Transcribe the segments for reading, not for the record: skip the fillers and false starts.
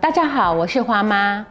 大家好，我是花妈。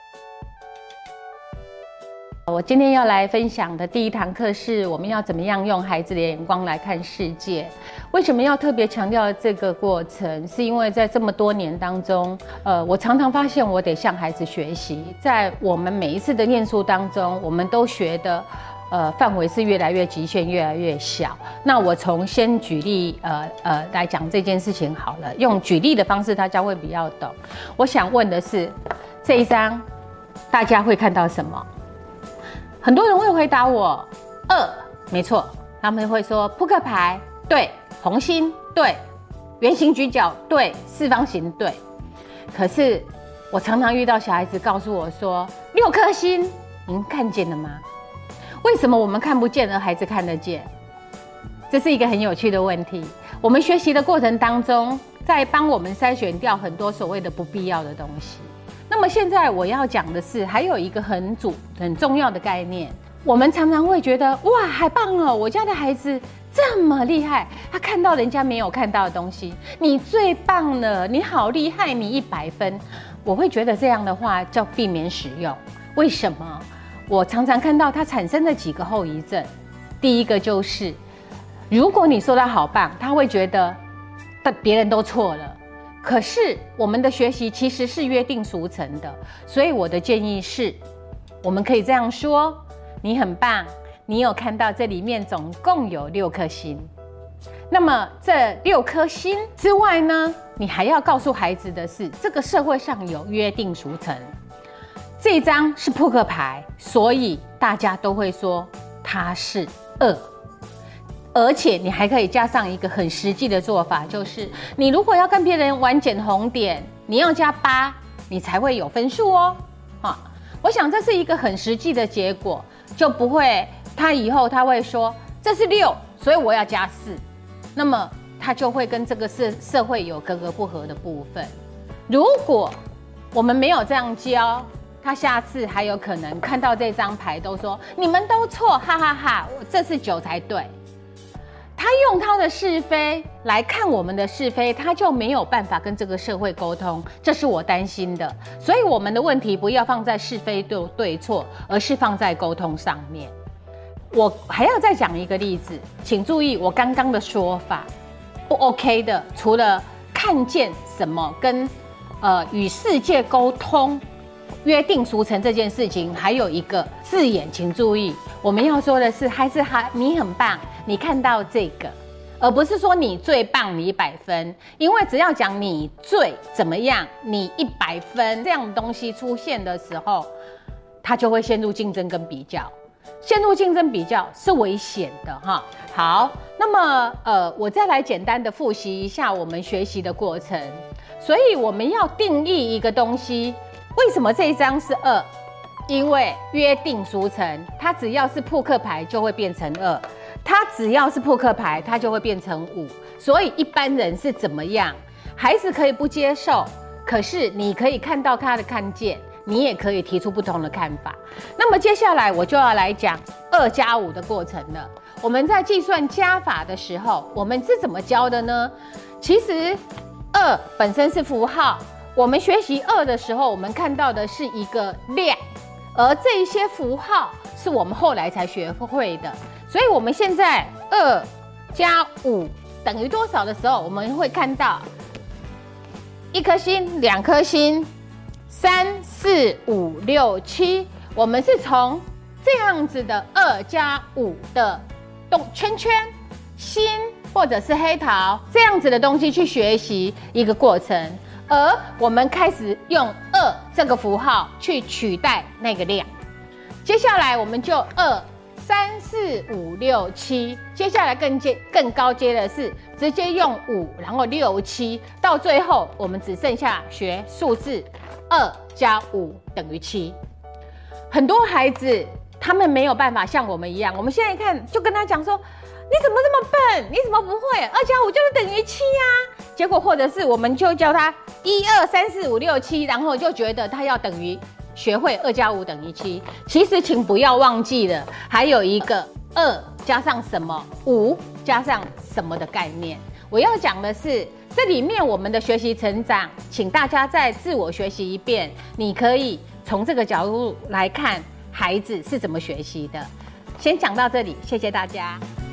我今天要来分享的第一堂课是我们要怎么样用孩子的眼光来看世界。为什么要特别强调这个过程？是因为在这么多年当中，我常常发现我得向孩子学习。在我们每一次的念书当中，我们都学的范围是越来越局限，越来越小。那我先举例来讲这件事情好了，用举例的方式，大家会比较懂。我想问的是，这一张大家会看到什么？很多人会回答我2，没错，他们会说扑克牌对，红心对，圆形矩角对，四方形对。可是我常常遇到小孩子告诉我说6颗星，您看见了吗？为什么我们看不见而孩子看得见？这是一个很有趣的问题。我们学习的过程当中，在帮我们筛选掉很多所谓的不必要的东西。那么现在我要讲的是，还有一个很重要的概念。我们常常会觉得，哇，好棒哦！我家的孩子这么厉害，他看到人家没有看到的东西，你最棒了，你好厉害，你100分。我会觉得这样的话叫避免使用。为什么？我常常看到它产生的几个后遗症。第一个就是，如果你说他好棒，他会觉得别人都错了。可是我们的学习其实是约定俗成的，所以我的建议是，我们可以这样说：你很棒，你有看到这里面总共有6颗星。那么这6颗星之外呢，你还要告诉孩子的是，这个社会上有约定俗成。这张是扑克牌，所以大家都会说它是2。而且你还可以加上一个很实际的做法，就是你如果要跟别人玩捡红点，你要加8，你才会有分数哦。我想这是一个很实际的结果，就不会他以后他会说这是6，所以我要加4，那么他就会跟这个社会有格格不合的部分。如果我们没有这样教，他下次还有可能看到这张牌都说你们都错，哈哈哈，这是9才对。他用他的是非来看我们的是非，他就没有办法跟这个社会沟通，这是我担心的。所以我们的问题不要放在是非对错，而是放在沟通上面。我还要再讲一个例子，请注意我刚刚的说法不 OK 的，除了看见什么跟与世界沟通约定俗成这件事情，还有一个字眼，请注意，我们要说的是，孩子你很棒，你看到这个，而不是说你最棒，你100分。因为只要讲你最怎么样，你100分这样的东西出现的时候，他就会陷入竞争跟比较。陷入竞争比较是危险的哈。好，那么我再来简单的复习一下我们学习的过程。所以我们要定义一个东西。为什么这一张是2？因为约定俗成，它只要是扑克牌就会变成2，它只要是扑克牌它就会变成5。所以一般人是怎么样？孩子可以不接受，可是你可以看到他的看见，你也可以提出不同的看法。那么接下来我就要来讲2加5的过程了。我们在计算加法的时候，我们是怎么教的呢？其实2本身是符号。我们学习2的时候，我们看到的是一个量，而这一些符号是我们后来才学会的。所以我们现在2加5等于多少的时候，我们会看到1颗星、2颗星、3、4、5、6、7。我们是从这样子的2加5的圈圈、心或者是黑桃这样子的东西去学习一个过程。而我们开始用2这个符号去取代那个量。接下来我们就2、3、4、5、6、7。接下来更高阶的是直接用5，然后6、7，到最后我们只剩下学数字2加5等于7。很多孩子他们没有办法像我们一样，我们现在看就跟他讲说，你怎么这么笨？你怎么不会？2加5就是等于7啊。结果或者是我们就教他1、2、3、4、5、6、7，然后就觉得他要等于学会2加5等于7。其实请不要忘记了，还有一个2加上什么，5加上什么的概念。我要讲的是， 这里面我们的学习成长，请大家再自我学习一遍。你可以从这个角度来看孩子是怎么学习的。先讲到这里，谢谢大家。